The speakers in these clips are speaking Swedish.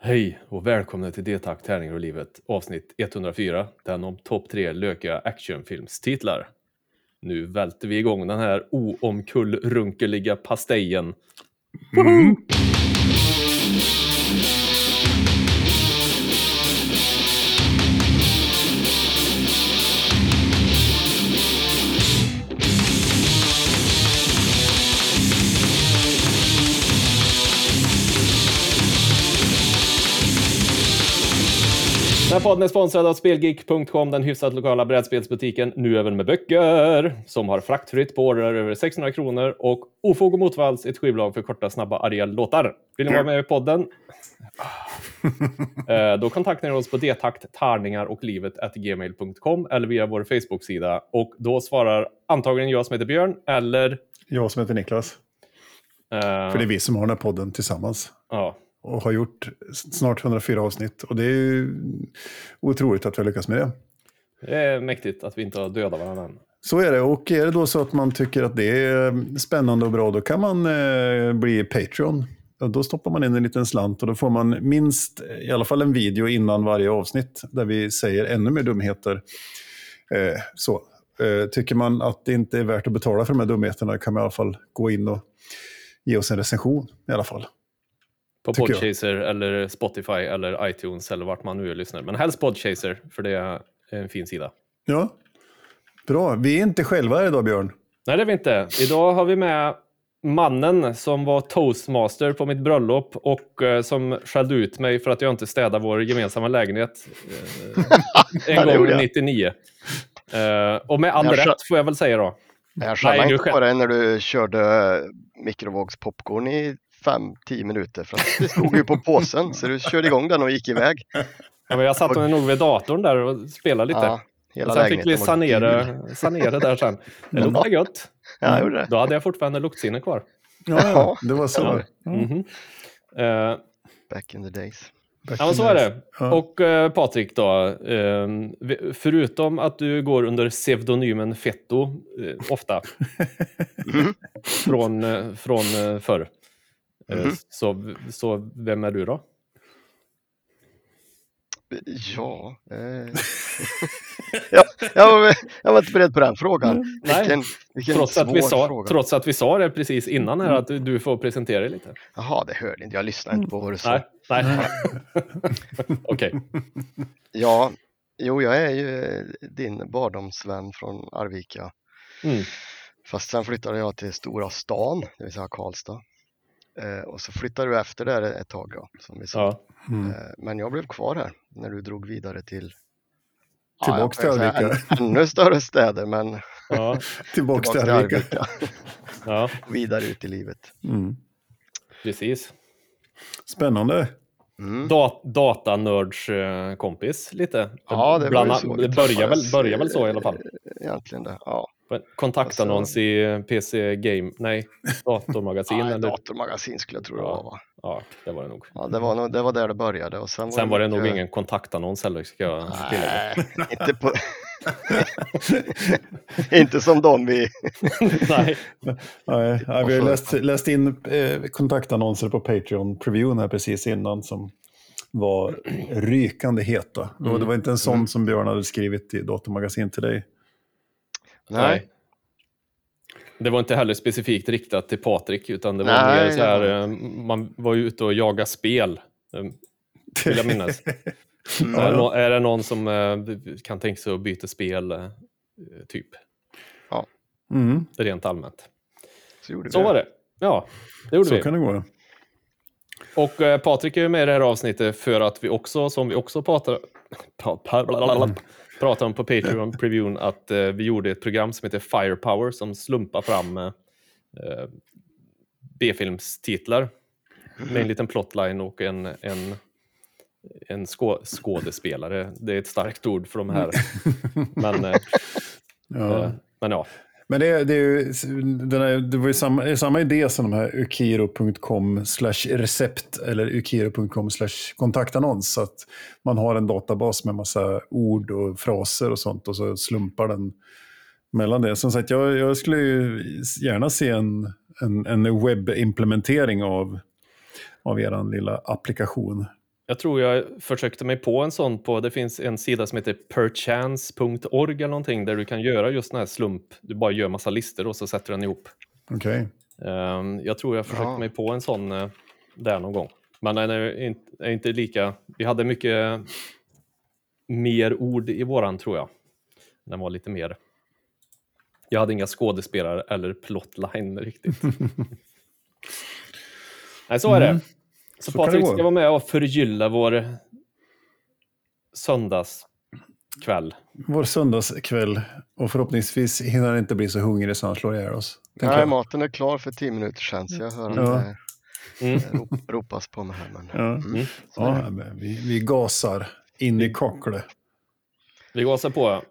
Hej och välkomna till D-Tack, tärningar och livet, avsnitt 104, den om topp 3 lökiga actionfilmstitlar. Nu välter vi igång den här oomkullrunkeliga pastejen. Mm. Den här podden är sponsrad av Spelgeek.com, den hyfsat lokala brädspelsbutiken, nu även med böcker, som har fraktfritt på order över 600 kronor och Ofog och Motvalls, ett skivbolag för korta, snabba, arga låtar. Vill ni vara med i podden? Då kontaktar ni oss på dtakt-tarningar-och-livet@gmail.com eller via vår Facebook-sida. Och då svarar antagligen jag som heter Björn, eller... Jag som heter Niklas. För det är vi som har den här podden tillsammans. Ja. Och har gjort snart 104 avsnitt. Och det är ju otroligt att vi har lyckats med det. Det är mäktigt att vi inte har dödat varandra än. Så är det. Och är det då så att man tycker att det är spännande och bra, då kan man bli Patreon. Och då stoppar man in en liten slant och då får man minst i alla fall en video innan varje avsnitt där vi säger ännu mer dumheter. Tycker man att det inte är värt att betala för de här dumheterna, kan man i alla fall gå in och ge oss en recension i alla fall. På Podchaser eller Spotify eller iTunes eller vart man nu lyssnar. Men helst Podchaser, för det är en fin sida. Ja, bra. Vi är inte själva här idag, Björn. Nej, det är vi inte. Idag har vi med mannen som var toastmaster på mitt bröllop och som skällde ut mig för att jag inte städade vår gemensamma lägenhet en gång 99. Och med all rätt får jag väl säga då. Jag skällde inte på dig när du körde mikrovågspopcorn i 5-10 minuter, för att det stod ju på påsen, så du körde igång den och gick iväg. Ja, men jag satt nog vid datorn där och spelade lite. Ja, hela och sen fick vi sanera där sen. Det luktade gött. Ja, gjorde det. Då hade jag fortfarande luktsinne kvar. Ja, det var så. Back in the days. Ja, men så är det. Ja. Och Patrik då, förutom att du går under pseudonymen Fetto ofta från förr. Så vem är du då? Ja, jag var inte beredd på den frågan. Nej, trots att vi sa det precis innan här, att du får presentera dig lite. Jaha, det hörde inte. Jag lyssnade inte på vad du sa. Nej. Okej. Ja, jag är ju din barndomsvän från Arvika. Fast sen flyttade jag till stora stan, det vill säga Karlstad. Och så flyttade du efter där ett tag då, som vi sa. Ja. Men jag blev kvar här när du drog vidare till tillbaks till Arvika. Ännu större städer, men tillbaks till Arvika. Ja. Vidare ut i livet. Precis. Spännande. Datanörds kompis lite. Ja, det börjar väl så i alla fall. Egentligen det, ja. Kontaktannons i PC Game, datormagasin. Nej, eller? Datormagasin skulle jag tro det var, va? Ja, det var det nog. Ja, det var där det började. Och sen var det nog ingen kontaktannons heller, ska jag tillägga. Inte på... inte som de vi... Nej, vi har läst in kontaktannonser på Patreon-previewn här precis innan som var rykande heta. Och det var inte en sån som Björn hade skrivit i datormagasin till dig. Nej. Det var inte heller specifikt riktat till Patrik, utan det var mer så här, man var ute och jaga spel, vill jag minnas. Är det någon som kan tänka sig att byta spel typ? Ja. Rent allmänt. Så var det. Ja, det gjorde vi. Så kan det gå. Och Patrik är ju med i det här avsnittet för att vi också, som vi också pratar om på Patreon-previewn, att vi gjorde ett program som heter Firepower som slumpar fram B-filmstitlar med en liten plotline och en skådespelare. Det är ett starkt ord för de här. Men ja. Men det är ju, det var ju samma idé som de här ukiro.com/recept eller ukiro.com/kontaktannons, så att man har en databas med massa ord och fraser och sånt och så slumpar den mellan det. Som sagt, jag skulle ju gärna se en webbimplementering av er lilla applikation. Jag tror jag försökte mig på en sån det finns en sida som heter perchance.org eller någonting där du kan göra just den här slump. Du bara gör massa listor och så sätter den ihop. Okej. Jag tror jag försökte mig på en sån där någon gång. Men den är inte lika... Vi hade mycket mer ord i våran, tror jag. Den var lite mer... Jag hade inga skådespelare eller plotline riktigt. Nej, så är det. Så Patrik ska vara med och förgylla vår söndagskväll. Vår söndagskväll. Och förhoppningsvis hinner han inte bli så hungrig så han slår ihjäl oss. Nej, maten är klar för 10 minuter sedan så jag hör att det ropas på mig här. Men, vi gasar in i kakle. Vi gasar på.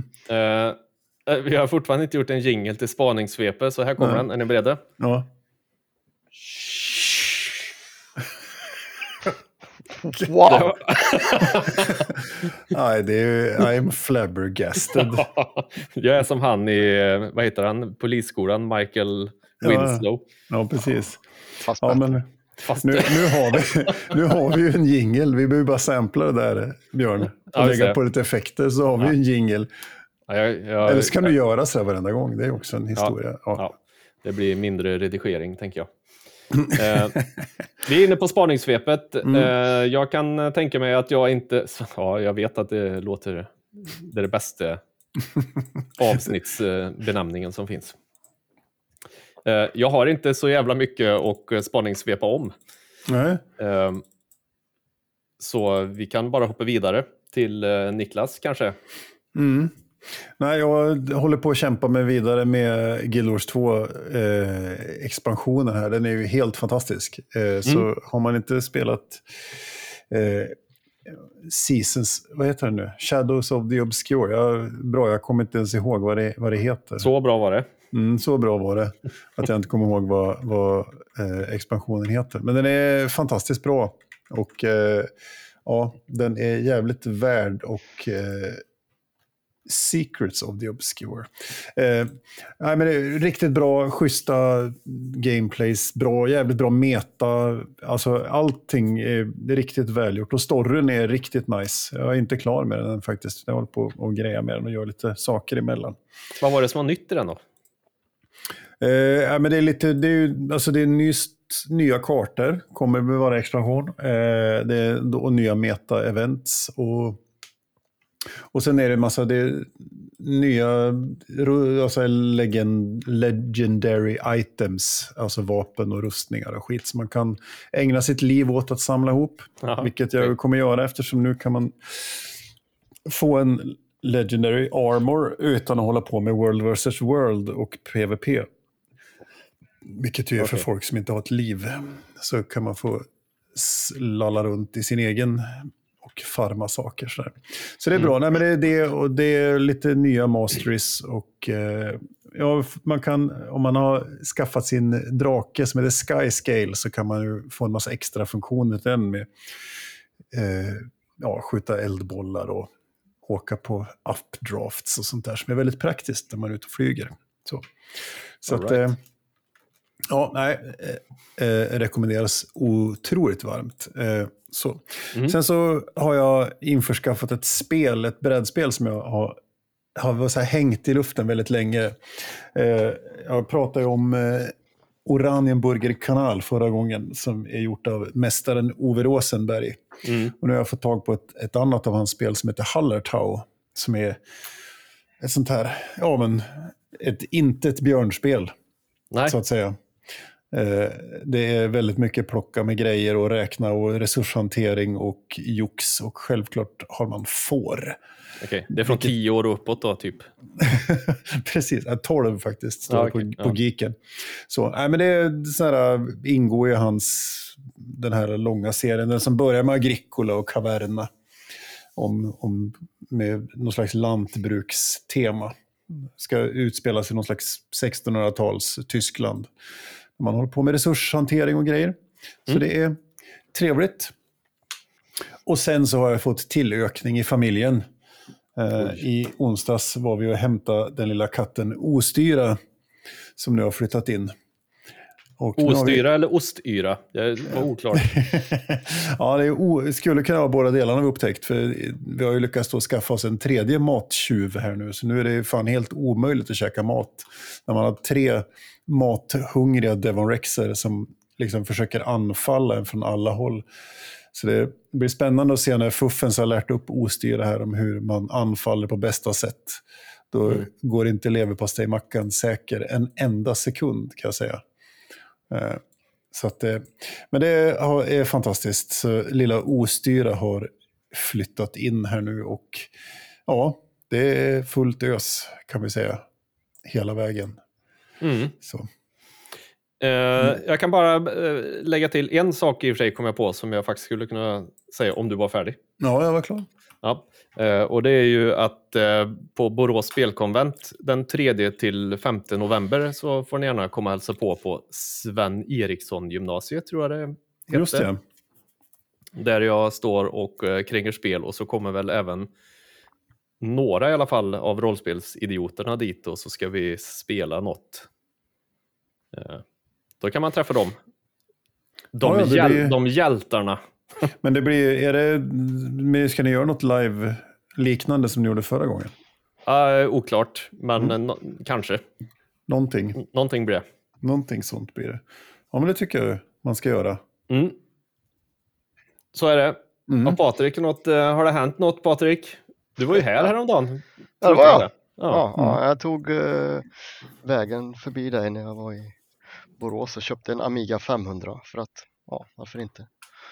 Vi har fortfarande inte gjort en jingle till spaningssvepet, så här kommer den. Är ni beredda? Ja. Wow! Nej, det är I'm flabbergasted. Jag är som han i, vad heter han, polisskolan, Michael Winslow. Ja, precis. Fast men nu har vi ju en jingle. Vi behöver bara sampla det där, Björn. Och lägga på lite effekter så har vi ju en jingle. Eller så kan du göra så här varenda gång. Det är också en historia. Ja. Det blir mindre redigering, tänker jag. Vi är inne på spaningssvepet. Jag kan tänka mig att jag inte... Ja, jag vet att det låter... Det är det bästa avsnittsbenämningen som finns. Jag har inte så jävla mycket att spaningssvepa om. Nej. Så vi kan bara hoppa vidare till Niklas, kanske. Nej, jag håller på att kämpa mig vidare med Guild Wars 2 expansionen här. Den är ju helt fantastisk. Så har man inte spelat Seasons, vad heter det nu? Shadows of the Obscure. Jag kommer inte ens ihåg vad det heter. Så bra var det. Så bra var det att jag inte kommer ihåg vad expansionen heter. Men den är fantastiskt bra. Och den är jävligt värd och... Secrets of the Obscure. Nej, men det är riktigt bra, schyssta gameplays, jävligt bra meta. Alltså allting är riktigt välgjort och storyn är riktigt nice. Jag är inte klar med den faktiskt. Jag håller på att greja med den och gör lite saker emellan. Vad var det som var nytt i den då? Men det är nya kartor, kommer att vara expansion. Och nya meta-events och sen är det massa nya legendary items, alltså vapen och rustningar och skit som man kan ägna sitt liv åt att samla ihop. Vilket jag kommer göra eftersom nu kan man få en legendary armor utan att hålla på med World vs. World och PvP. Vilket ju är för folk som inte har ett liv. Så kan man få lalla runt i sin egen... och farma saker. Så det är bra. Nej, men det är det och det är lite nya masteries och man kan, om man har skaffat sin drake som heter Sky Scale så kan man ju få en massa extra funktioner till den med skjuta eldbollar och åka på updrafts och sånt där som är väldigt praktiskt när man är ute och flyger. Så att rekommenderas otroligt varmt. Sen så har jag införskaffat ett brädspel som jag har så här hängt i luften väldigt länge. Jag pratade ju om Oranienburger kanal förra gången som är gjort av mästaren Ove Rosenberg. Och nu har jag fått tag på ett annat av hans spel som heter Hallertau som är ett sånt här, ett björnspel. Nej. Så att säga. Det är väldigt mycket plocka med grejer och räkna och resurshantering och jox och självklart har man får. Okej, det är från 10 år uppåt då typ? Precis, 12 faktiskt står på Geeken. Så, men det är så här, ingår i den här långa serien, den som börjar med Agricola och Caverna med någon slags lantbrukstema. Ska utspelas i någon slags 1600-tals Tyskland. Man håller på med resurshantering och grejer. Så det är trevligt. Och sen så har jag fått tillökning i familjen. I onsdags var vi och hämtade den lilla katten Ostyra som nu har flyttat in. Och Ostyra eller ostyra? Det var oklart. Ja, det skulle kunna vara båda delarna vi upptäckt. För vi har ju lyckats då skaffa oss en tredje mattjuv här nu. Så nu är det fan helt omöjligt att käka mat. När man har 3 mathungriga Devon Rexer som liksom försöker anfalla en från alla håll. Så det blir spännande att se när Fuffens har lärt upp ostyra här om hur man anfaller på bästa sätt. Då går inte leverpastejmackan säker en enda sekund, kan jag säga. Så att, men det är fantastiskt. Så lilla ostyra har flyttat in här nu och ja, det är fullt ös kan vi säga hela vägen. Så. Jag kan bara lägga till en sak i och för sig kom jag på som jag faktiskt skulle kunna säga om du var färdig. Ja, jag var klar. Ja, och det är ju att på Borås spelkonvent den 3-5 november så får ni gärna komma och hälsa på Sven Eriksson gymnasiet tror jag det heter. Just det. Där jag står och kränger spel och så kommer väl även några i alla fall av rollspelsidioterna dit och så ska vi spela något. Då kan man träffa dem. De hjältarna. Men det blir, ska ni göra något live liknande som ni gjorde förra gången? Oklart, men kanske. Någonting blir det. Någonting sånt blir det. Ja, men det tycker jag man ska göra. Så är det. Och Patrik, har det hänt något, Patrik? Du var ju här häromdagen. Ja, det var jag. Ja, jag tog vägen förbi dig när jag var i Borås och köpte en Amiga 500 för att, ja, varför inte?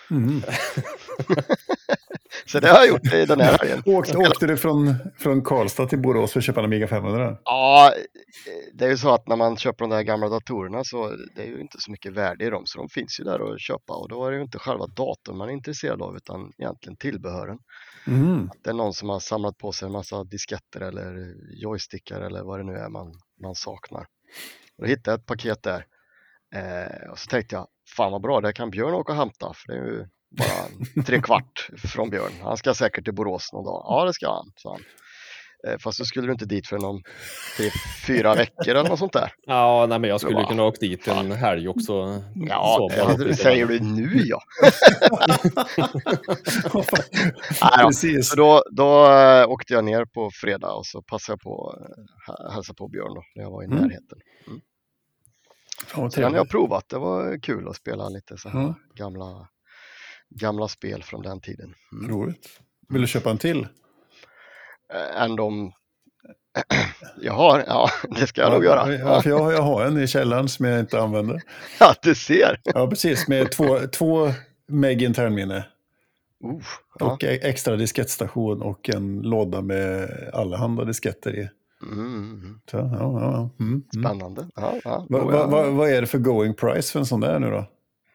Så det har jag gjort i den här helgen. Åkte du från Karlstad till Borås för att köpa en Amiga 500? Ja, det är ju så att när man köper de där gamla datorerna så det är ju inte så mycket värde i dem, så de finns ju där att köpa och då är det ju inte själva datorn man är intresserad av utan egentligen tillbehören. Att det är någon som har samlat på sig en massa disketter eller joystickar eller vad det nu är man saknar. Och då hittade jag ett paket där och så tänkte jag, fan vad bra, det kan Björn åka och hämta för det är ju bara 3/4 från Björn. Han ska säkert till Borås någon dag. Ja, det ska han, sa han. Fast så skulle du inte dit för någon 4 veckor eller något sånt där. Ja, nej, men jag skulle kunna åka dit en helg också. Ja, det säger du nu, ja. Precis. Så då åkte jag ner på fredag och så passade jag på att hälsa på Björn då, när jag var i närheten. Sen har jag provat, det var kul att spela lite så här gamla spel från den tiden. Roligt. Vill du köpa en till? Än de jag har, ja, det ska jag nog göra. Ja, för jag har en i källaren som jag inte använder. Ja, du ser. Ja, precis. Med 2 meg internminne. Och extra diskettstation och en låda med allehanda disketter i. Så, Spännande. Vad är det för going price för en sån där nu då?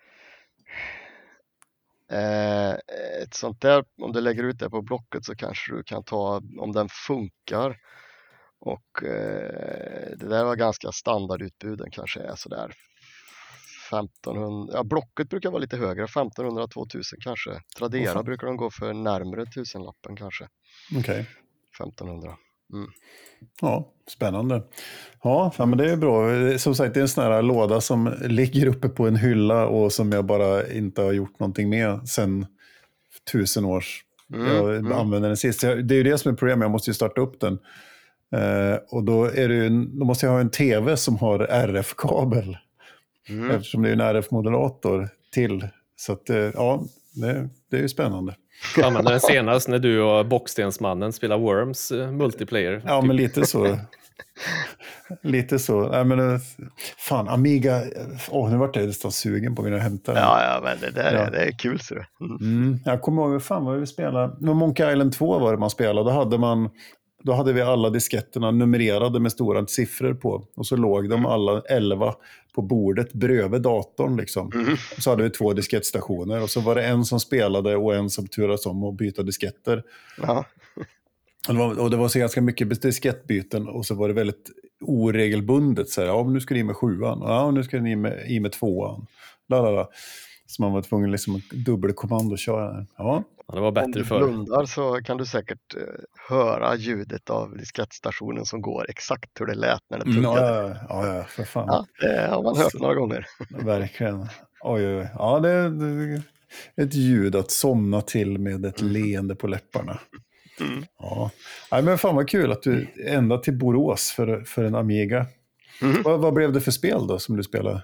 Ett sånt där, om du lägger ut det på Blocket så kanske du kan ta om den funkar och det där var ganska standardutbuden, kanske är sådär 1500, ja, Blocket brukar vara lite högre, 1500-2000 kanske. Tradera brukar de gå för närmare 1000-lappen kanske. Okej. 1500. Ja, spännande. Ja, men det är bra. Som sagt, det är en sån här låda som ligger uppe på en hylla och som jag bara inte har gjort någonting med sedan 1000 års. Jag använder den sist. Det är ju det som är problemet, jag måste ju starta upp den. Och då måste jag ha en tv som har RF-kabel. Eftersom det är en RF-modulator till. Så att, ja, det är ju spännande. Jag använde den senast när du och Bockstensmannen spelar Worms multiplayer. Ja, men lite så. Lite så. Nej, men fan, Amiga. Nu vart jag nästan sugen på att hämta den. Ja, men det där det är kul, så. Jag kommer ihåg, fan vad vi spelade. Monkey Island 2 var det man spelade. Då hade vi alla disketterna numrerade med stora siffror på. Och så låg de alla 11 på bordet bredvid datorn liksom. Och så hade vi 2 diskettstationer. Och så var det en som spelade och en som turades om att byta disketter. Ja. Och det var så ganska mycket diskettbyten. Och så var det väldigt oregelbundet. Så här, ja, nu ska ni med 7an. Ja, nu ska ni med 2an. Så man var tvungen liksom att dubbelkommando köra. Ja. Ja, det var bättre Om du förr. blundar så kan du säkert höra ljudet av diskettstationen som går exakt hur det lät när det tuggade. Ja, för fan. Ja, det har man hört några gånger. Verkligen. Oj. Ja, det är ett ljud att somna till med ett leende på läpparna. Ja. Nej, men fan vad kul att du ända till Borås för en Amiga. Vad blev det för spel då som du spelade?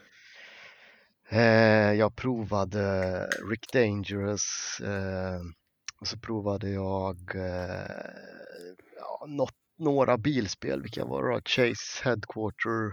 Jag provade Rick Dangerous och så provade jag några bilspel. Vilka var det? Chase Headquarter.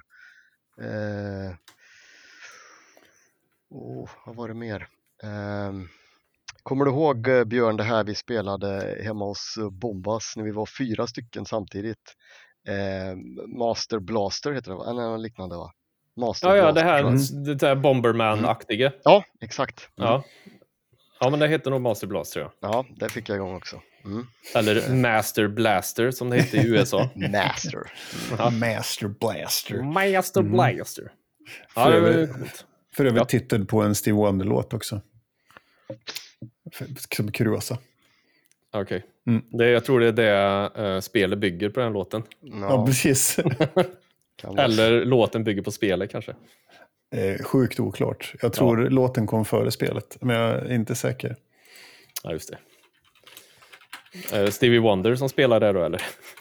Vad var det mer? Kommer du ihåg, Björn, det här vi spelade hemma hos Bombas när vi var 4 stycken samtidigt? Master Blaster heter det, eller något liknande, va? Master Ja, Blaster, det här Bomberman-aktiga. Ja, exakt. Ja, men det heter nog Master Blaster, ja. Ja, det fick jag igång också. Eller Master Blaster som det heter i USA. Master. Master Blaster. Master Blaster. Ja, det var coolt. För övrigt titeln på en Steve Wonder-låt också. Som kuriosa. Okej. Jag tror det är det spelet bygger på den låten. Ja, precis. Eller låten bygger på spelet kanske. Sjukt oklart. Jag tror låten kom före spelet, men jag är inte säker. Ja, just det. Stevie Wonder som spelar där då, eller?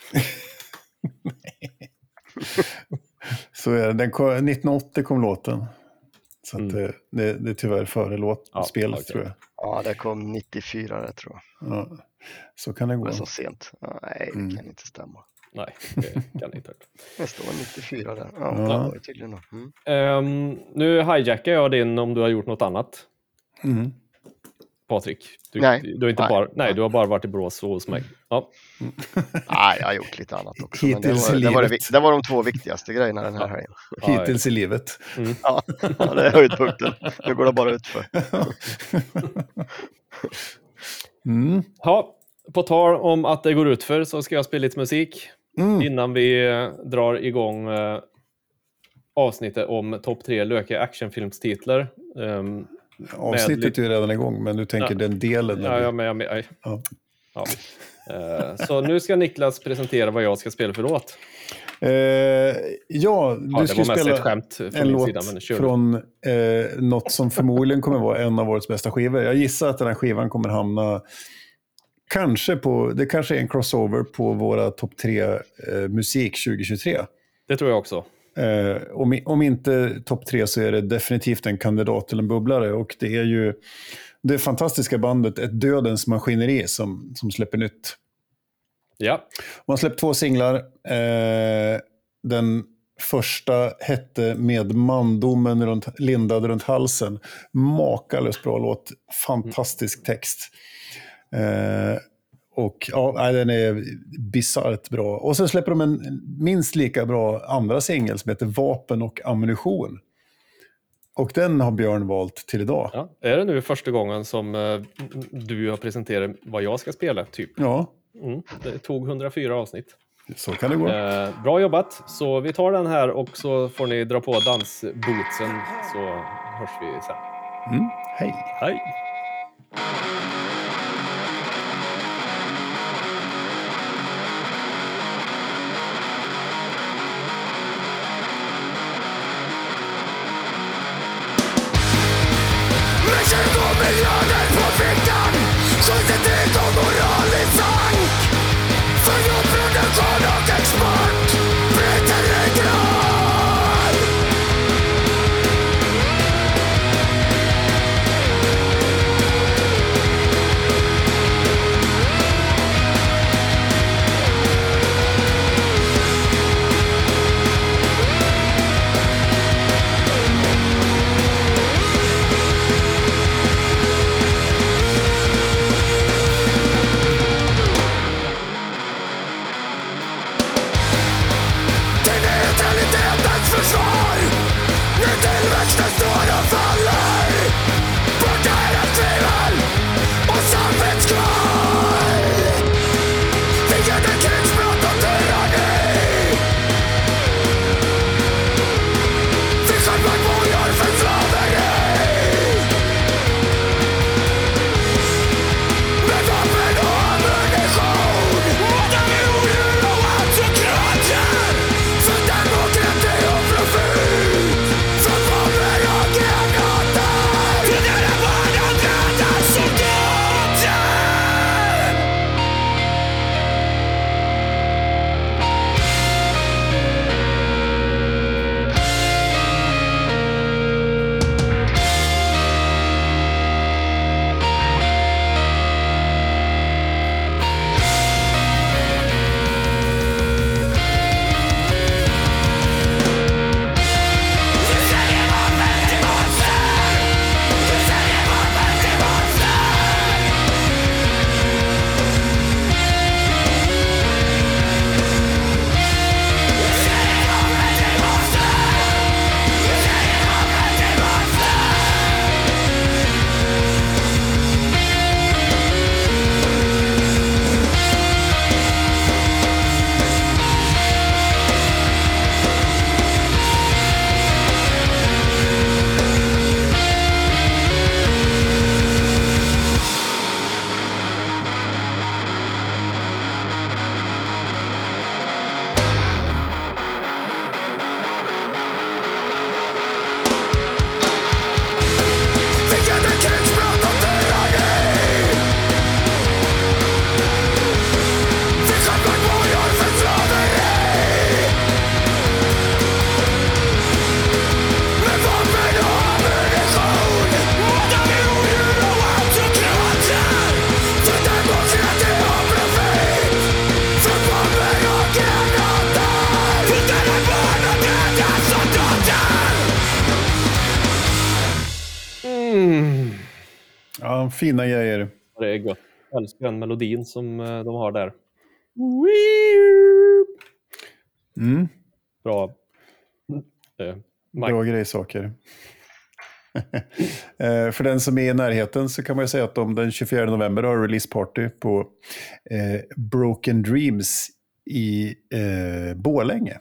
Så är det. 1980 kom låten. Så att det är tyvärr före spelet, tror jag. Ja, det kom 94, det tror jag. Ja, så kan det gå. Men så sent. Nej, det kan inte stämma. Nej, det kan inte. Det står 94 där. Ja, det var det tydligen. Nu hijackar jag din om du har gjort något annat. Patrik, du har bara varit i Borås och hos mig. Ja. Nej, jag har gjort lite annat också. Hittills men i livet. Det var de 2 viktigaste grejerna den här helgen. Hittills i livet. Ja, det är höjdpunkten. Nu går det bara utför. Ja, på tal om att det går utför så ska jag spela lite musik innan vi drar igång avsnittet om topp 3 lökiga actionfilmstitlar. Avsnittet är redan igång, men du tänker den delen. Så nu ska Niklas presentera vad jag ska spela för låt. Du ska spela ett skämt från en låt från något som förmodligen kommer vara en av årets bästa skivor. Jag gissar att den här skivan kommer hamna det kanske är en crossover på våra topp 3 musik 2023. Det tror jag också. Om inte topp 3 så är det definitivt en kandidat till en bubblare, och det är ju det fantastiska bandet Ett Dödens Maskineri som släpper nytt. Ja. Man släppt 2 singlar. Den första hette Med mandomen lindad runt halsen. Makalöst bra låt. Fantastisk text. Och den är bizarrt bra. Och så släpper de en minst lika bra andra singel som heter Vapen och ammunition. Och den har Björn valt till idag. Ja. Är det nu första gången som du har presenterat vad jag ska spela, typ? Ja. Det tog 104 avsnitt. Så kan det gå. Bra jobbat. Så vi tar den här och så får ni dra på dansbootsen, så hörs vi sen. Hej. Hej. Med 20 miljoner på fickan så inte det om moraliskt sank. För jordproduktion och export bryter ryggrad. fina grejer. Det är gott. Jag älskar den melodin som de har där. Bra. Bra grejsaker. För den som är i närheten så kan man ju säga att de den 24 november har releaseparty på Broken Dreams i Borlänge.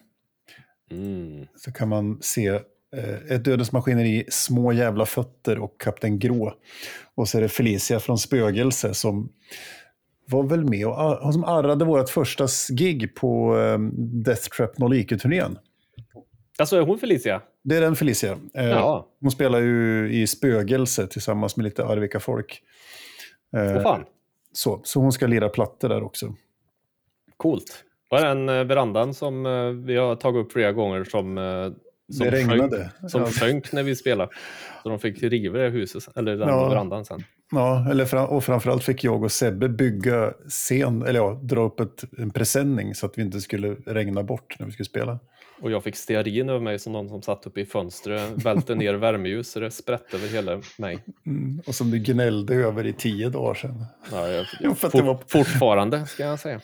Så kan man se ett Dödens maskineri, Små jävla fötter och Kapten Grå. Och så är det Felicia från Spögelse som var väl med och som arrade vårt första gig på Death Trap 0 IQ-turnén. Alltså är hon Felicia? Det är den Felicia. Ja. Hon spelar ju i Spögelse tillsammans med lite Arvika folk. Fan. Så hon ska lira plattor där också. Coolt. Var den verandan som vi har tagit upp flera gånger som det regnade. Sjönk när vi spelade. Så de fick riva det huset, eller den verandan sen. Ja, och framförallt fick jag och Sebbe bygga dra upp en presenning så att vi inte skulle regna bort när vi skulle spela. Och jag fick stearin över mig som någon som satt uppe i fönstret, välte ner värmeljus så det sprätte över hela mig. Och som du gnällde över i 10 dagar sedan. Ja, fortfarande ska jag säga.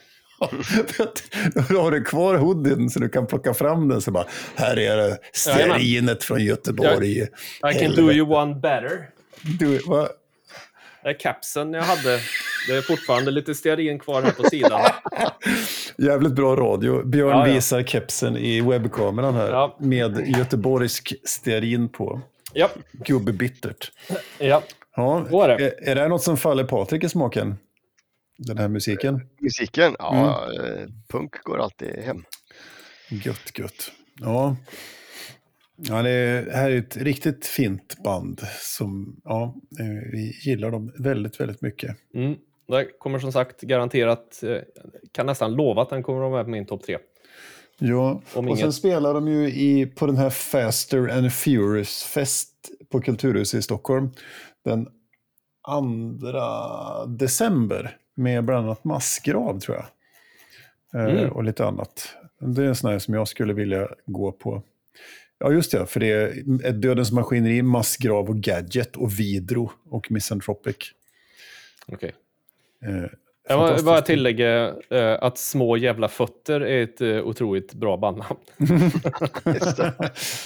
Då har du kvar hoodien så du kan plocka fram den så bara, här är det stearinet från Göteborg. I can do you one better. Vad? Det är kapsen jag hade. Det är fortfarande lite stearin kvar här på sidan. Jävligt bra radio. Björn visar kepsen i webbkameran här med göteborgsk stearin på. Ja. Gubbebittert. Ja. Är det något som faller Patrik i smaken? Den här musiken? Musiken? Ja, punk går alltid hem. Gött. Ja, det här är ett riktigt fint band som, vi gillar dem väldigt, väldigt mycket. Det kommer som sagt garanterat, kan nästan lova att den kommer att vara med på min topp 3. Ja, sen spelar de ju på den här Faster and Furious Fest på Kulturhuset i Stockholm den 2 december med bland annat Massgrav tror jag. Och lite annat. Det är en sån här som jag skulle vilja gå på. Ja just det, för det är ett Dödens maskineri, Massgrav och Gadget och Vidro och Misanthropic. Okej. Jag vill bara tillägga att Små jävla fötter är ett otroligt bra bandnamn. Just det.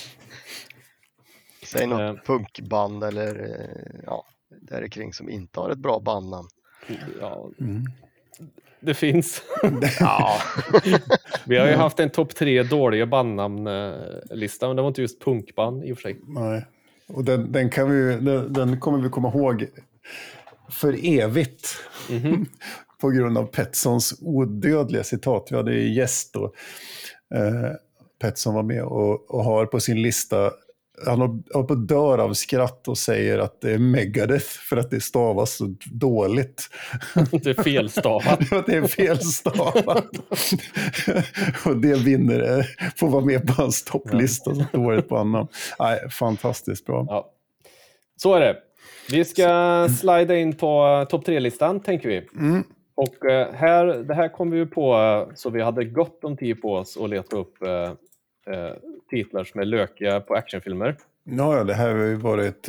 Säg något punkband eller där kring som inte har ett bra bandnamn. Ja, det finns. Ja. Vi har ju haft en topp 3 dåliga bandnamn-lista, men det var inte just punkband i och för sig. Nej, och den kommer vi komma ihåg för evigt. På grund av Petssons odödliga citat. Vi hade ju gäst och Petsson var med och har på sin lista, han har på dör av skratt och säger att det är Megadeth för att det stavas så dåligt. Det är felstavat. Det är felstavat. Och det vinner får vara med på hans topplista så dåligt på annan. Nej, fantastiskt bra. Ja. Så är det. Vi ska slida in på topp 3-listan tänker vi. Och det här kom vi ju på så vi hade gott om tid på oss att leta upp titlar som är lökiga på actionfilmer. Ja, det här har ju varit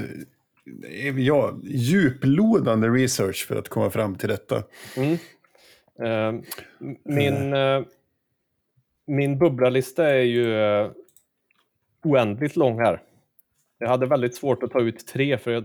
djuplodande research för att komma fram till detta. Min bubblalista är ju oändligt lång här. Jag hade väldigt svårt att ta ut 3 för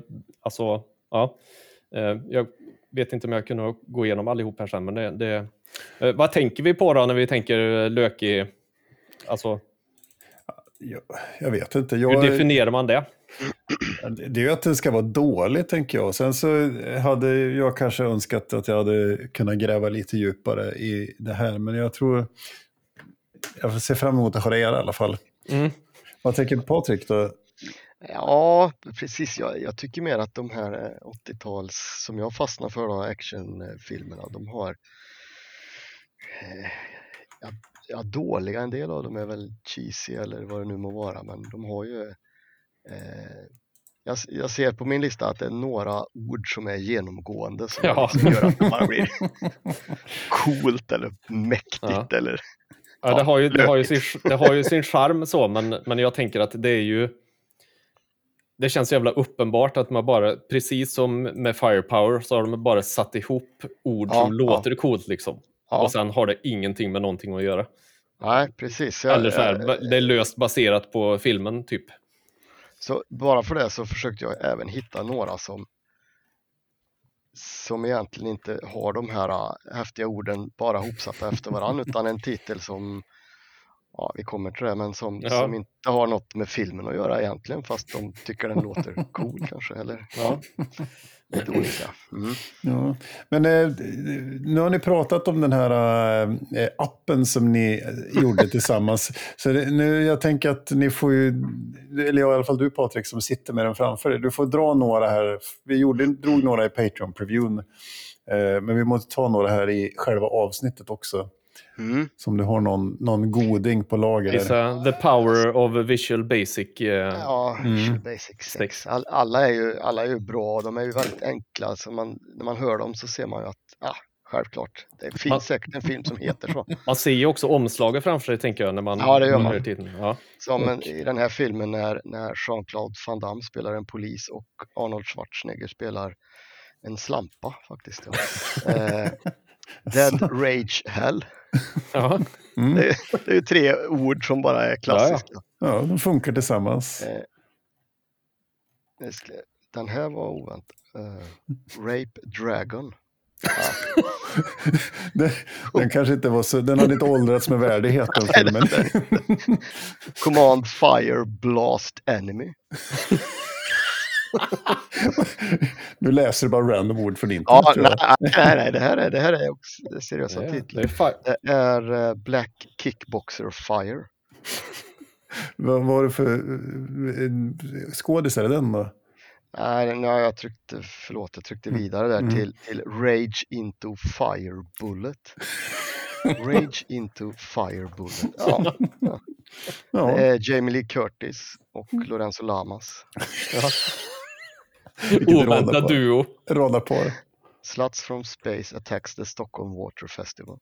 jag vet inte om jag kunde gå igenom allihop här sen, men vad tänker vi på då när vi tänker lökig? Alltså, jag vet inte. Hur definierar man det? Det är ju att det ska vara dåligt, tänker jag. Sen så hade jag kanske önskat att jag hade kunnat gräva lite djupare i det här. Men jag tror jag får se fram emot att höra er i alla fall. Vad tänker Patrik då? Ja, precis. Jag tycker mer att de här 80-tals som jag fastnar för då, actionfilmerna, de har dåliga, en del av dem är väl cheesy eller vad det nu må vara, men de har ju jag ser på min lista att det är några ord som är genomgående som gör att det bara blir coolt eller mäktigt eller det har ju sin charm så, men jag tänker att det är ju det känns jävla uppenbart att man bara, precis som med Firepower, så har de bara satt ihop ord som låter coolt liksom. Ja. Och sen har det ingenting med någonting att göra. Nej, precis. Eller så här, det är löst baserat på filmen typ. Så bara för det så försökte jag även hitta några som egentligen inte har de här häftiga orden bara hopsatta efter varandra, utan en titel som, ja, vi kommer till det, men som inte har något med filmen att göra egentligen, fast de tycker den låter cool kanske, eller lite olika. Ja. Men nu har ni pratat om den här appen som ni gjorde tillsammans. Så nu, jag tänker att ni får ju, eller i alla fall du Patrik som sitter med den framför dig, du får dra några här. Vi drog några i Patreon-previewn, men vi måste ta några här i själva avsnittet också. Som du har någon goding på lager där. The power of Visual Basic. Ja, Visual Basic 6. Alla är ju bra, de är ju väldigt enkla. Så när man hör dem så ser man ju att, självklart, det finns säkert en film som heter så. Man ser ju också omslaget framför sig, tänker jag, när man... Ja, det gör man. Ja. Som i den här filmen när Jean-Claude Van Damme spelar en polis och Arnold Schwarzenegger spelar en slampa, faktiskt. Ja. Dead Rage Hell. Ja. Det är ju 3 ord som bara är klassiska. Ja, de funkar tillsammans. Den här var oväntad. Rape Dragon. Den kanske inte var så... Den hade inte åldrats med värdighet, den filmen. Command Fire Blast Enemy. Nu läser du bara random ord från internet. Ja, nej, det här är också seriösa titlar. Det är Black Kickboxer Fire. Vad var det för skådis är den då? Nej, jag tryckte vidare där till Rage into Fire Bullet. Rage into Fire Bullet. Ja. Det är Jamie Lee Curtis och Lorenzo Lamas. Oväntad duo. Radarpar. Sluts from Space attacks the Stockholm Water Festival.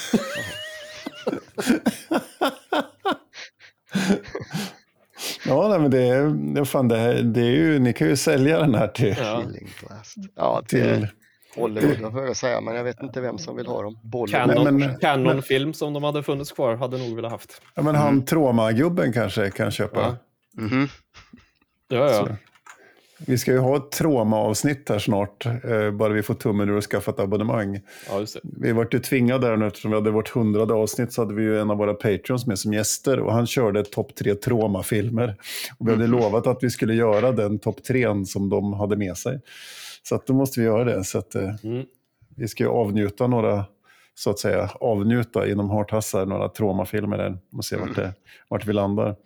Ja, nej, men det är ju, ni kan ju sälja den här till... Killing Blast. Ja, till Hollywood, jag får säga, men jag vet inte vem som vill ha dem. Canon-film som de hade funnits kvar hade nog velat haft. Ja, men han Troma-gubben kanske kan köpa. Ja. Ja. Så. Vi ska ju ha ett Troma-avsnitt här snart, bara vi får tummen ur och skaffa ett abonnemang. Ja, just det. Vi har varit ju tvingade där nu, eftersom vi hade vårt 100:e avsnitt så hade vi ju en av våra Patreons med som gäster och han körde topp 3 Troma-filmer. Och vi hade lovat att vi skulle göra den topp 3 som de hade med sig. Så att då måste vi göra det. Så att vi ska ju avnjuta några, så att säga, avnjuta inom hartassar några Troma-filmer där och se vart vi landar.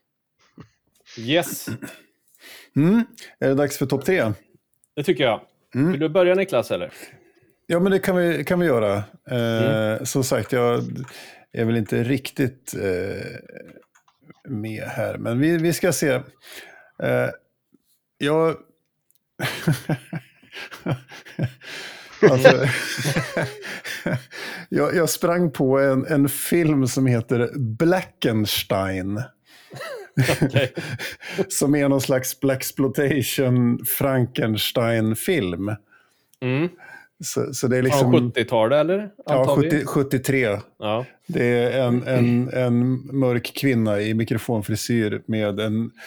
Yes. Är det dags för topp 3? Det tycker jag. Vill du börja, Niklas, eller? Ja, men det kan vi göra. Som sagt, jag är väl inte riktigt med här. Men vi ska se. Alltså, jag sprang på en film som heter Blackenstein. Okay. Som är någon slags Blaxploitation Frankenstein-film. Så det är liksom... 70-talet eller? Ja, 73. Ja. Det är en mörk kvinna i mikrofonfrisyr med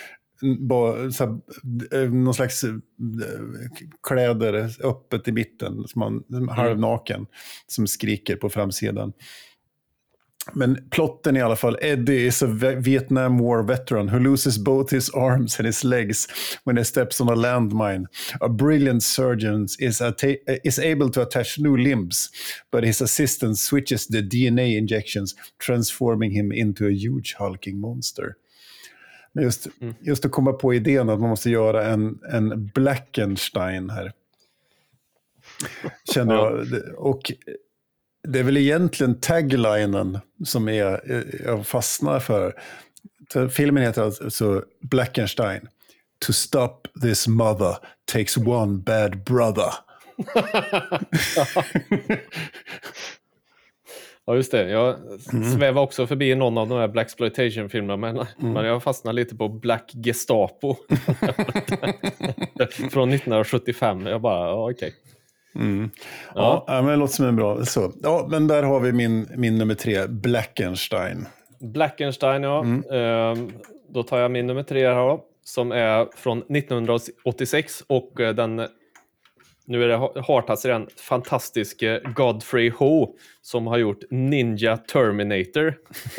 någon slags kläder öppet i mitten, som halvnaken, som skriker på framsidan. Men plotten i alla fall, Eddie is a Vietnam War veteran who loses both his arms and his legs when he steps on a landmine. A brilliant surgeon is able to attach new limbs, but his assistant switches the DNA injections, transforming him into a huge hulking monster. Men just att komma på idén att man måste göra en Blackenstein här. Känner jag. Och det är väl egentligen taglinen som jag fastnar för. Filmen heter alltså Blackenstein. To stop this mother takes one bad brother. Ja, just det. Jag svävar också förbi någon av de här Blaxploitation-filmerna, men jag fastnar lite på Black Gestapo från 1975. Jag bara, ja, okej. Ja, men det låter som en bra. Så. Ja, men där har vi min nummer 3, Blackenstein. Blackenstein, ja. Då tar jag min nummer 3 här, som är från 1986 och nu är det hartats i den fantastiska Godfrey Ho som har gjort Ninja Terminator.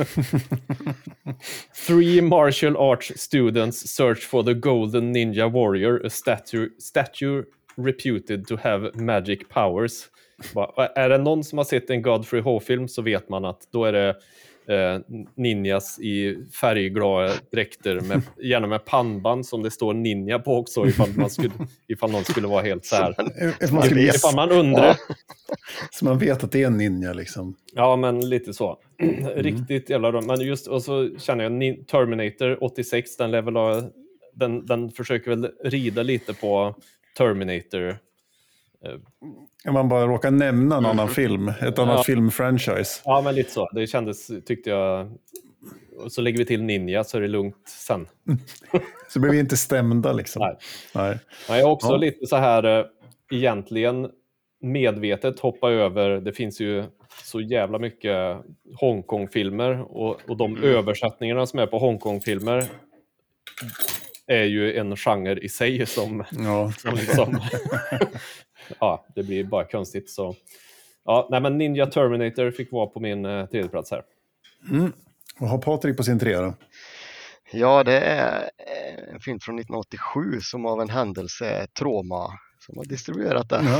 3 martial arts students search for the golden ninja warrior, a statue reputed to have magic powers. Är det någon som har sett en Godfrey Ho-film så vet man att då är det ninjas i färgglada dräkter, gärna med pannband som det står ninja på också, ifall någon skulle vara helt så här. Ifall man undrar. Ja. Så man vet att det är en ninja liksom. Ja, men lite så. Riktigt jävla rum. Men just, och så känner jag Terminator 86, den försöker väl rida lite på Terminator. Om man bara råkar nämna en annan film, ett annat filmfranchise. Ja, men lite så. Det kändes, tyckte jag. Och så lägger vi till ninja så är det lugnt sen. Så blir vi inte stämda liksom. Nej. Jag är också lite så här egentligen medvetet hoppa över. Det finns ju så jävla mycket Hongkong-filmer och de översättningarna som är på Hongkong-filmer är ju en genre i sig som liksom, ja, det blir bara konstigt. Så ja, nej, men Ninja Terminator fick vara på min tredje plats här. Vad har Patrik på sin 3 då? Ja, det är en film från 1987 som av en händelse är Troma som har distribuerat den.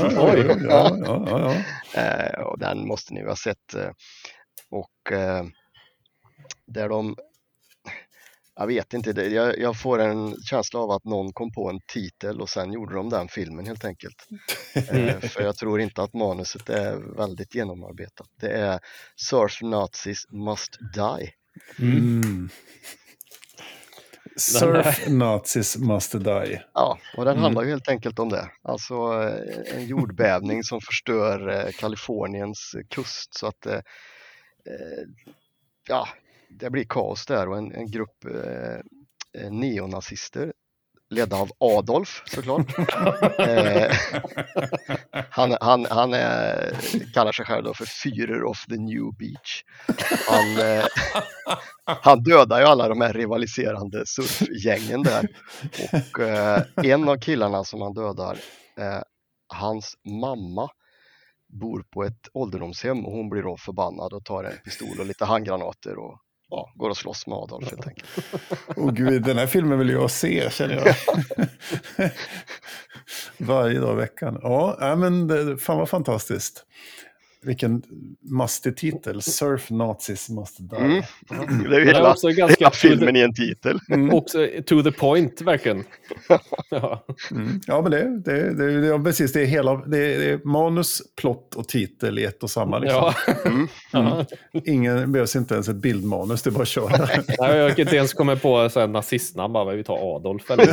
Och den måste ni ha sett. Och där jag vet inte, jag får en känsla av att någon kom på en titel och sen gjorde de den filmen helt enkelt. För jag tror inte att manuset är väldigt genomarbetat. Det är Surf Nazis Must Die. Surf Nazis Must Die. Ja, och den handlar ju helt enkelt om det. Alltså en jordbävning som förstör Kaliforniens kust så att det blir kaos där och en grupp neonazister ledda av Adolf såklart. Han kallar sig själv då för Führer of the New Beach. Han dödar ju alla de här rivaliserande surfgängen där. Och en av killarna som han dödar, hans mamma bor på ett ålderdomshem och hon blir då förbannad och tar en pistol och lite handgranater och går och slåss med Adolf helt enkelt. Gud, den här filmen vill jag se, känner jag. Varje dag i veckan. Ja, men fan vad fantastiskt. Vilken mastig titel. Surf Nazis Must Die. Det är ju hela filmen i en titel. Också to the point, verkligen. Ja, men det är precis. Det är manus, plott och titel i ett och samma. Liksom. Ingen behövs inte ens ett bildmanus, det är bara att köra. Nej, jag kan inte ens komma på så här nazistnamn, bara vi tar Adolf. Eller?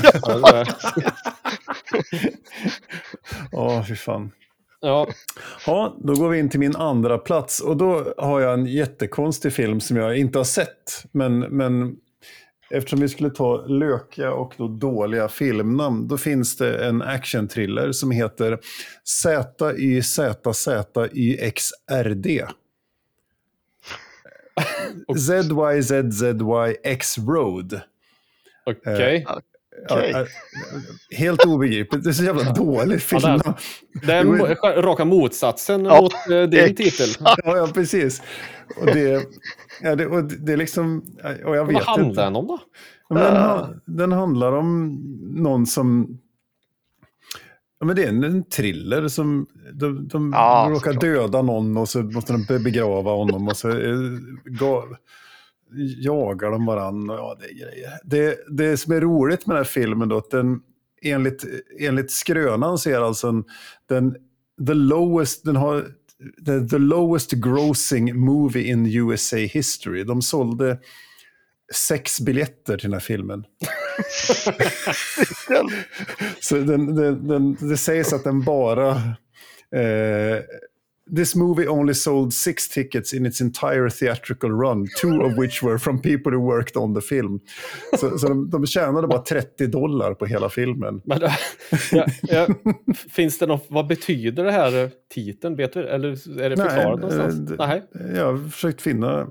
Fy fan. Ja, då går vi in till min andra plats och då har jag en jättekonstig film som jag inte har sett, men eftersom vi skulle ta lökiga och då dåliga filmnamn, då finns det en action-thriller som heter ZYZZYXRD. ZYZZYX Road. okej. Helt obegripligt. Det är så jävla dålig film. Det är raka motsatsen mot din titel. Ja, precis. Och det är liksom... Och jag vet vad handlar den om då? Den handlar om någon som... Ja, men det är en thriller som... De råkar döda någon och så måste de begrava honom och så... jagar de varann. Ja, det är grejer. Det som är roligt med den här filmen då, att den enligt skrönan så är alltså the lowest grossing movie in USA history. De sålde 6 biljetter till den här filmen. Så det sägs att den bara This movie only sold 6 tickets in its entire theatrical run, 2 of which were from people who worked on the film. Så de tjänade bara $30 på hela filmen. Men, finns det något, vad betyder det här titeln? Vet du? Eller är det förklarat någonstans? Nej. Jag har försökt finna...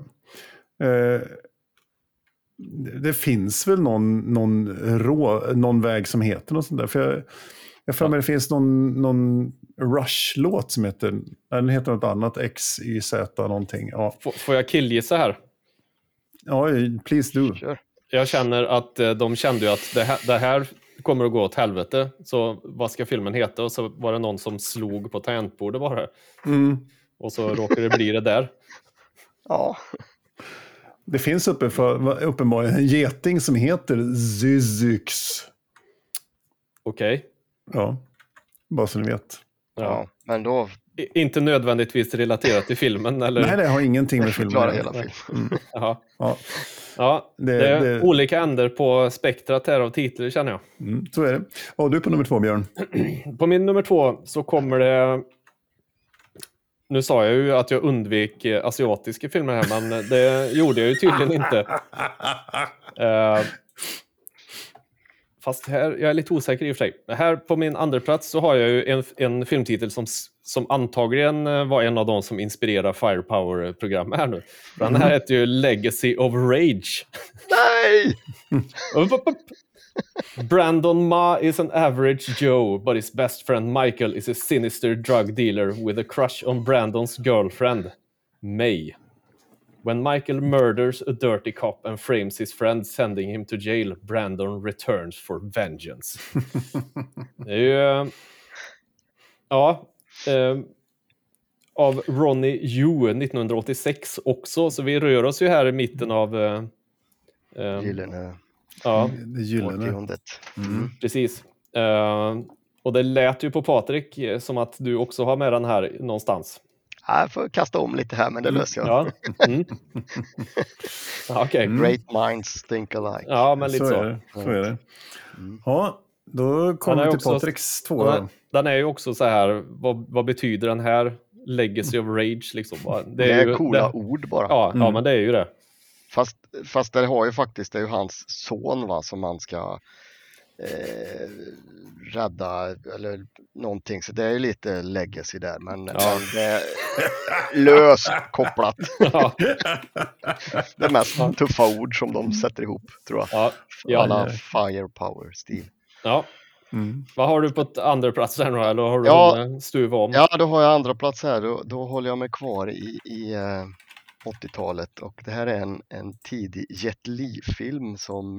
det finns väl någon väg som heter något sånt där. För jag för mig det finns någon Rush-låt som heter... Den heter något annat, XYZ någonting. Ja. Får jag killgissa här? Ja, please do. Kör. Jag känner att de kände ju att det här kommer att gå åt helvete. Så vad ska filmen heta? Och så var det någon som slog på tangentbordet bara. Och så råkade det bli det där. Ja. Det finns uppenbarligen en geting som heter Zyzyx. Okej. Ja, bara så ni vet. Ja, men då... Inte nödvändigtvis relaterat till filmen, eller? Nej, det har ingenting med filmen Förklara att hela göra. filmen. Jaha. Ja. Ja, det är olika änder på spektrat här av titlar, känner jag. Så är det. Och du på nummer 2, Björn? På min nummer 2 så kommer det... Nu sa jag ju att jag undvek asiatiska filmer här, men det gjorde jag ju tydligen inte. Fast här, jag är lite osäker i och för sig. Här på min andra plats så har jag ju en filmtitel som antagligen var en av de som inspirerar Firepower-programmet här nu. Den här heter ju Legacy of Rage. Nej! Brandon Ma is an average Joe, but his best friend Michael is a sinister drug dealer with a crush on Brandon's girlfriend, May. When Michael murders a dirty cop and frames his friend, sending him to jail, Brandon returns for vengeance. Det är ju... av Ronnie Yu 1986 också, så vi rör oss ju här i mitten av... Gyllene. Ja, det gyllene. Årtiondet. Precis. Och det lät ju på Patrik som att du också har med den här någonstans. Jag får kasta om lite här, men det löser jag. Ja. Okay. Great minds think alike. Ja, men lite så. Så är det. Ja, då kommer vi till Patriks 2. Den är ju också så här, vad betyder den här Legacy of Rage? Liksom? Det är ju coola ord bara. Ja, men det är ju det. Fast det har ju faktiskt, det är ju hans son, va, som man ska rädda eller någonting, så det är ju lite legacy där, men det är löst kopplat. Det mest tuffa ord som de sätter ihop, tror jag. Alla firepower-stil. Ja. Vad har du på ett andra plats här nu, eller har du stuva om? Ja, då har jag andra plats här. Då håller jag mig kvar i 80-talet, och det här är en tidig Jet Li-film som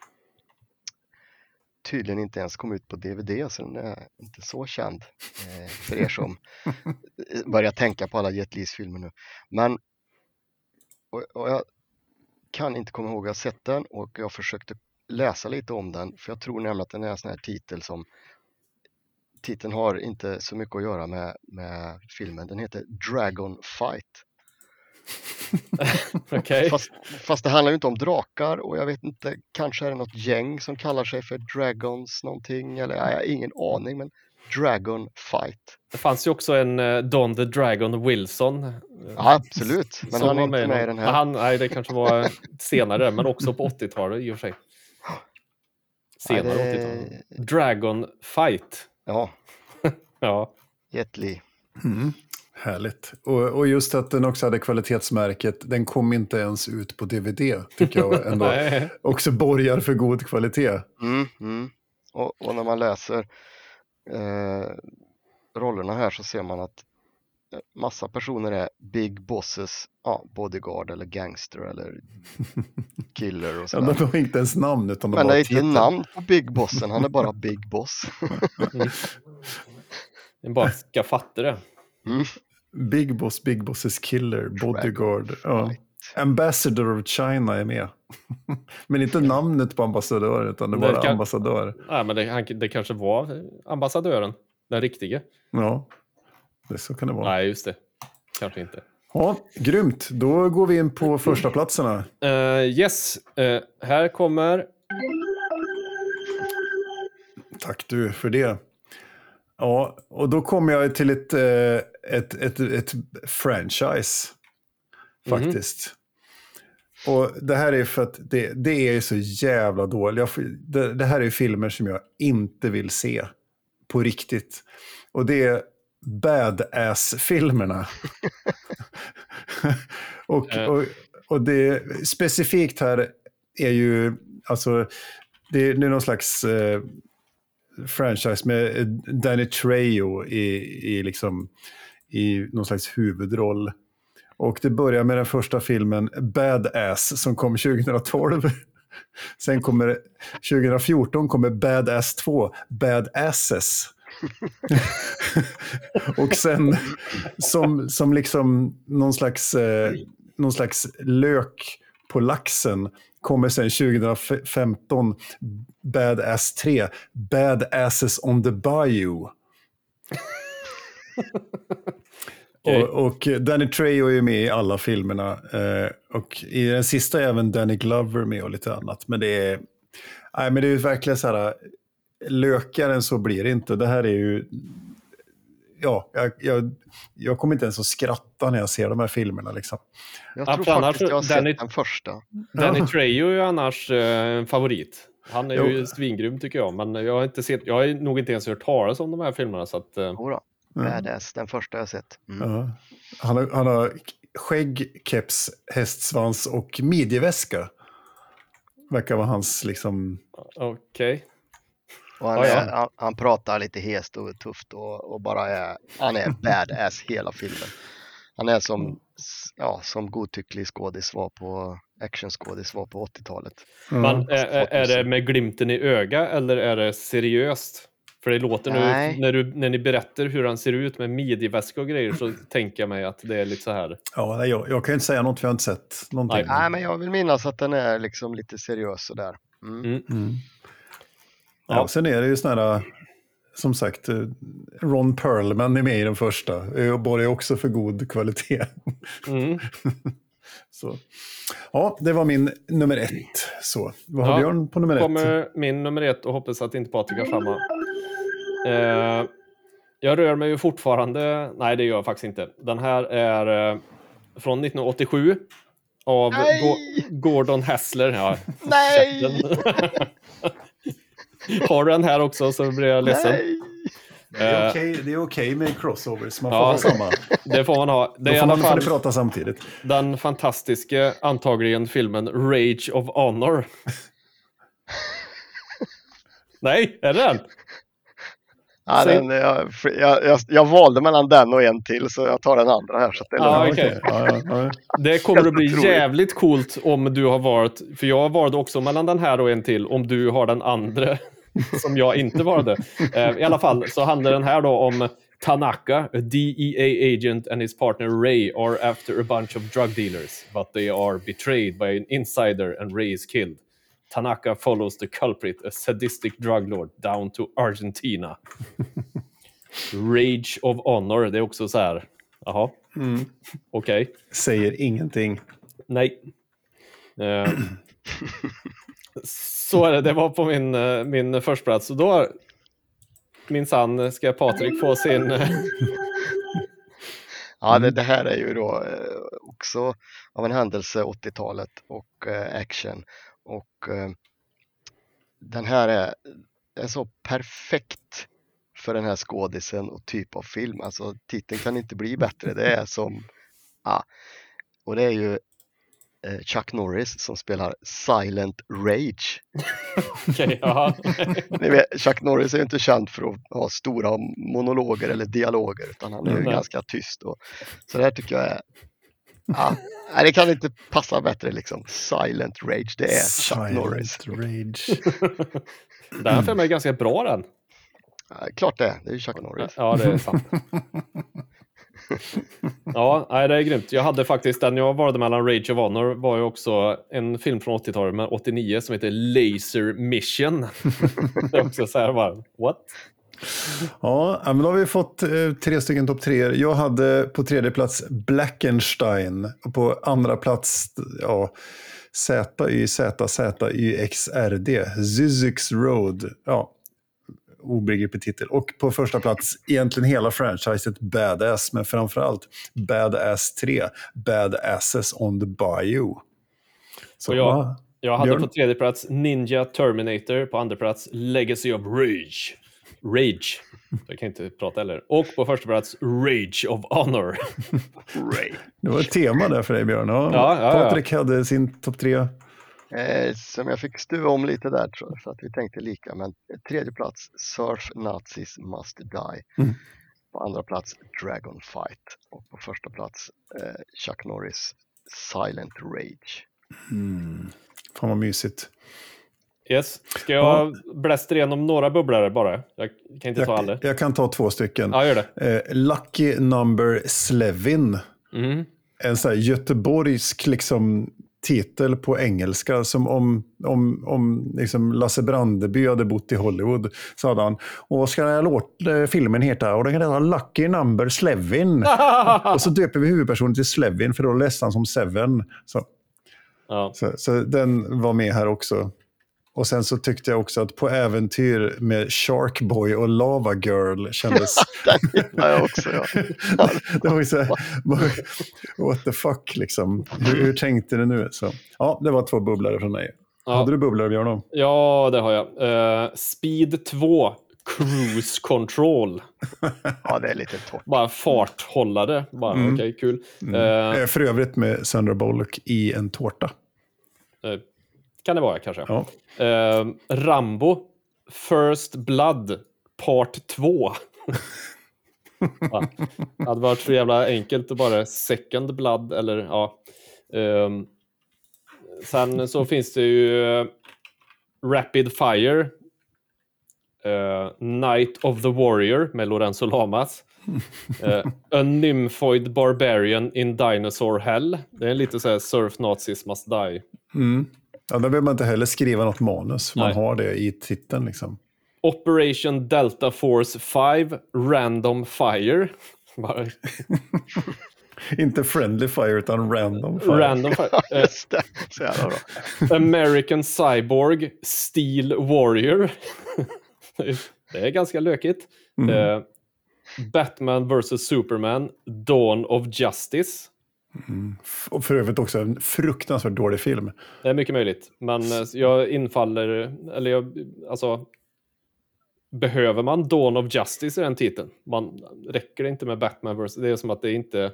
tydligen inte ens kom ut på DVD, så den är inte så känd för er som börjar tänka på alla Jet Lis filmer nu. Men och jag kan inte komma ihåg, jag har sett den och jag försökte läsa lite om den, för jag tror nämligen att den är en sån här titel som titeln har inte så mycket att göra med filmen. Den heter Dragon Fight. Okay. Fast det handlar ju inte om drakar, och jag vet inte, kanske är det något gäng som kallar sig för Dragons någonting, eller jag har ingen aning, men Dragon Fight. Det fanns ju också en Don the Dragon Wilson. Ja, absolut, men han är inte med i den här. Nej, det kanske var senare, men också på 80-talet i och för sig. Senare 80-talet. Dragon Fight. Ja. Ja. Jet Li. Härligt. Och just att den också hade kvalitetsmärket, den kom inte ens ut på DVD, tycker jag ändå också borgar för god kvalitet. Och när man läser rollerna här så ser man att massa personer är big bosses, bodyguard eller gangster eller killer och sådär. De har inte ens namn, utan men det är inte namn på big bossen, han är bara big boss. Jag bara ska fatta det. Big Boss is killer, bodyguard. Ja. Ambassador of China är med. Men inte namnet på ambassadören, utan det var ambassadör. Ja, men det kanske var ambassadören, den riktiga. Ja, det så kan det vara. Nej, just det. Kanske inte. Ja, grymt. Då går vi in på första platserna. Yes, här kommer... Tack du för det. Ja, och då kommer jag till ett franchise faktiskt. Och det här är för att det är så jävla dåligt. Det här är filmer som jag inte vill se på riktigt. Och det är badass-filmerna. och det specifikt här är ju, alltså, det är någon slags franchise med Danny Trejo i någon slags huvudroll. Och det börjar med den första filmen Badass som kom 2012. Sen kommer 2014 kommer Badass 2, Badasses. Och sen som liksom någon slags lök på laxen kommer sen 2015 Badass 3, Badasses on the Bayou. Okay. Och Danny Trejo är ju med i alla filmerna. Och i den sista är även Danny Glover med och lite annat. Men det är ju verkligen så här, lökaren så blir det inte. Det här är ju, ja, jag kommer inte ens att skratta när jag ser de här filmerna liksom. Jag tror faktiskt jag har sett den första. Danny Trejo är ju annars en favorit. Han är ju svingrym tycker jag, men jag har nog inte ens hört talas om de här filmerna så att Badass, den första jag har sett. Ja. Han har skägg, keps, hästsvans och midjeväska. Verkar vara hans liksom... Okej. Och han pratar lite hest och tufft och bara han är badass hela filmen. Han är som godtycklig skådis var på actionskådis var på 80-talet. Men är det med glimten i öga eller är det seriöst? För det låter nu, när ni berättar hur han ser ut med midjeväska och grejer så tänker jag mig att det är lite så här. Ja, jag kan inte säga något för jag har inte sett någonting. Nej, men jag vill minnas att den är liksom lite seriös sådär. Ja, sen är det ju sån här, som sagt, Ron Perlman är med i den första. Jag borgar också för god kvalitet. Så. Ja, det var min nummer 1. Så, vad har Björn på nummer 1? Kommer min nummer 1 och hoppas att inte Patrik har samma. Jag rör mig ju fortfarande... Nej, det gör jag faktiskt inte. Den här är från 1987 av Gordon Hassler. Ja. Nej! Har du den här också så blir jag ledsen. Nej. Det är okej med crossovers. Man får ha samma. Det får man ha. Det är då i alla fall får ni prata samtidigt. Den fantastiska, antagligen filmen Rage of Honor. Nej, är det den? Ja, jag valde mellan den och en till så jag tar den andra här. Så att okay. Det kommer att bli jävligt coolt om du har valt, för jag valde också mellan den här och en till, om du har den andra som jag inte valde. I alla fall så handlar den här då om Tanaka, a DEA agent and his partner Ray are after a bunch of drug dealers, but they are betrayed by an insider and Ray is killed. Tanaka follows the culprit, a sadistic drug lord, down to Argentina. Rage of Honor, det är också så här. Jaha, okej. Säger ingenting. Nej. Så är det, det var på min första plats. Och då, minsann, ska Patrik få sin... Ja, det här är ju då också av en händelse 80-talet och action. Och den här är så perfekt för den här skådisen och typ av film. Alltså titeln kan inte bli bättre. Det är som... och det är ju Chuck Norris som spelar Silent Rage. Okej, ja. Ni vet, Chuck Norris är ju inte känd för att ha stora monologer eller dialoger utan han är ju ganska tyst. Så det här tycker jag är... det kan inte passa bättre liksom. Silent Rage, det är Chuck Norris. Rage. Den här filmen är ganska bra den. Klart det är ju Chuck Norris. Ja, det är sant. Ja, det är grymt. Jag hade faktiskt den jag valde mellan Rage of Honor var ju också en film från 80-talet med 89 som heter Laser Mission. Det är också så här bara, what? Ja, men då har vi fått 3 stycken topp 3. Jag hade på 3:e plats Blackenstein och på 2:a plats ZYZZYXRD, Zyzzyx Road. Ja. obegriplig titel. Och på första plats, egentligen hela franchiset Badass, men framförallt Badass 3, Badasses on the Bayou. Så, Och jag hade Björn? på tredje plats Ninja Terminator, på andra plats Legacy of Rage. Jag kan inte prata heller. Och på första plats Rage of Honor. Det var ett tema där för dig, Björn. Ja. Patrik hade sin topp 3. Som jag fick stuva om lite där, tror jag, så att vi tänkte lika. Men tredje plats, Surf Nazis Must Die. På andra plats, Dragon Fight. Och på första plats, Chuck Norris Silent Rage. Fan vad mysigt. Yes. Ska jag blästra igenom några bubblare bara? Jag kan inte ta alla. Jag kan ta 2 stycken. Ja, gör det. Lucky Number Slevin. En sån här göteborgsk liksom titel på engelska, som om liksom Lasse Brandeby hade bott i Hollywood, så hade han, och ska jag låta filmen heta, och den kan heta Lucky Number Slevin. Och så döper vi huvudpersonen till Slevin, för då läste han som Seven. Så den var med här också. Och sen så tyckte jag också att På äventyr med Shark Boy och Lava Girl kändes... jag också, ja. Det var ju så här, what the fuck liksom. Hur tänkte du nu? Så, ja, det var 2 bubblare från mig. Ja. Hade du bubblare, Björn? Ja, det har jag. Speed 2, Cruise Control. Ja, det är lite torrt. Bara farthållare. Okej, kul. För övrigt med Sandra Bullock i en tårta. Kan det vara kanske. Ja. Rambo First Blood Part 2. Det hade varit så jävla enkelt att bara Second Blood eller ja. Sen så finns det ju Rapid Fire, Night of the Warrior med Lorenzo Lamas. A Nymphoid Barbarian in Dinosaur Hell. Det är lite så här Surf Nazis Must Die. Ja, där behöver man inte heller skriva något manus. Man har det i titeln liksom. Operation Delta Force 5 Random Fire. Inte Friendly Fire utan Random Fire. Random Fire. Just det. Så jävla bra. American Cyborg Steel Warrior. Det är ganska lökigt. Batman vs Superman Dawn of Justice. Och för övrigt också en fruktansvärt dålig film. Det är mycket möjligt. Men jag infaller... Alltså... Behöver man Dawn of Justice i den titeln? Räcker det inte med Batman vs... Det är som att det inte...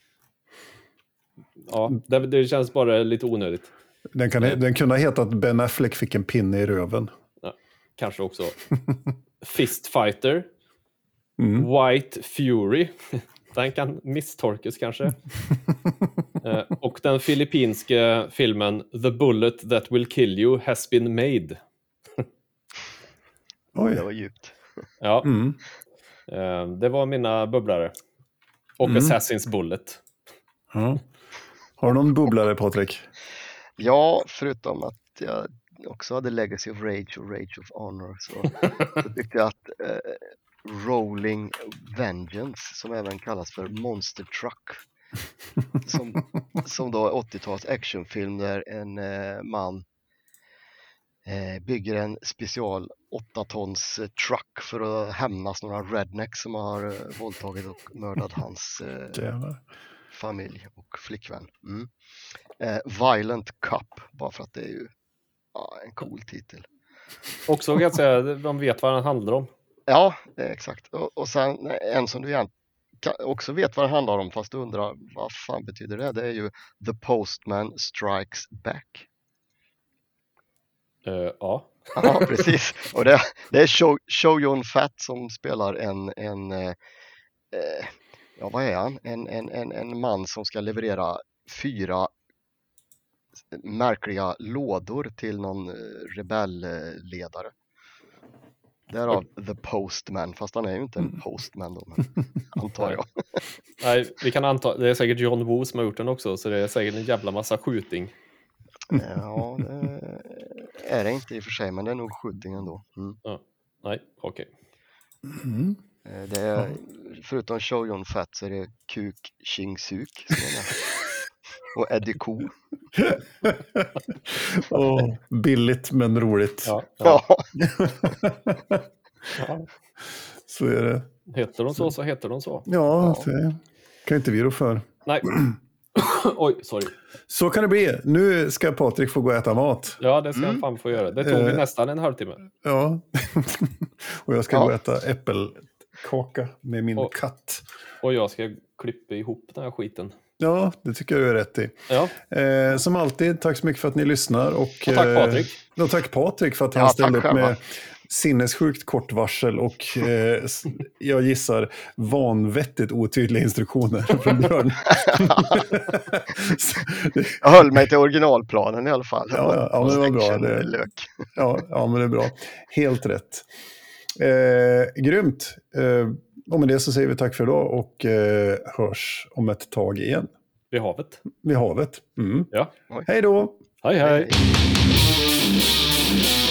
Ja, det känns bara lite onödigt. Den kunde ha hetat att Ben Affleck fick en pinne i röven. Ja, kanske också. Fist Fighter. White Fury. Den kan misstolkas kanske. Och den filippinska filmen The Bullet That Will Kill You Has Been Made. Oj. Det var djupt. Ja. Det var mina bubblare. Och Assassin's Bullet. Ja. Har du någon bubblare, Patrik? Ja, förutom att jag också hade Legacy of Rage och Rage of Honor, så tyckte jag att Rolling Vengeance, som även kallas för Monster Truck, som då är 80-tals actionfilm där en man bygger en special 8-tons truck för att hämnas några rednecks som har våldtagit och mördat hans familj och flickvän. Violent Cup, bara för att det är ju en cool titel. Också kan jag säga, de vet vad den handlar om. Ja, exakt. Och sen en som du också vet vad det handlar om, fast du undrar vad fan betyder det? Det är ju The Postman Strikes Back. Ja. Ja, precis. Och det är Chow Yun-Fat som spelar vad är han? En man som ska leverera 4 märkliga lådor till någon rebellledare. Därav The Postman, fast han är ju inte en postman då, men antar jag. Nej, vi kan anta, det är säkert John Woo som har gjort den också, så det är säkert en jävla massa skjuting. Ja, det är det inte i och för sig, men det är nog skjuting ändå. Ja. Nej, okej. Det är, förutom Chow Yun-Fat så är det Kuk Ching Suk som är med. Och Eddie Ko. Billigt men roligt. Ja. Ja. Så är det. Heter de så heter de så. Ja, det kan inte vi rå för. Nej. Oj, sorry. Så kan det bli. Nu ska Patrik få gå och äta mat. Ja, det ska han fan få göra. Det tog nästan en halvtimme. Ja. Och jag ska gå och äta äppelkaka med min katt. Och jag ska klippa ihop den här skiten. Ja, det tycker jag är rätt i. Ja. Som alltid, tack så mycket för att ni lyssnar. Och tack Patrik. Och tack Patrik för att han ställde upp själva. med sinnessjukt kort varsel och jag gissar vanvettigt otydliga instruktioner från Björn. Jag höll mig till originalplanen i alla fall. Ja, men det var bra. Lök. Ja, men det är bra. Helt rätt. Grymt. Och med det så säger vi tack för idag och hörs om ett tag igen. Vid havet. Vid havet. Mm. Ja. Hej då! Hej, hej.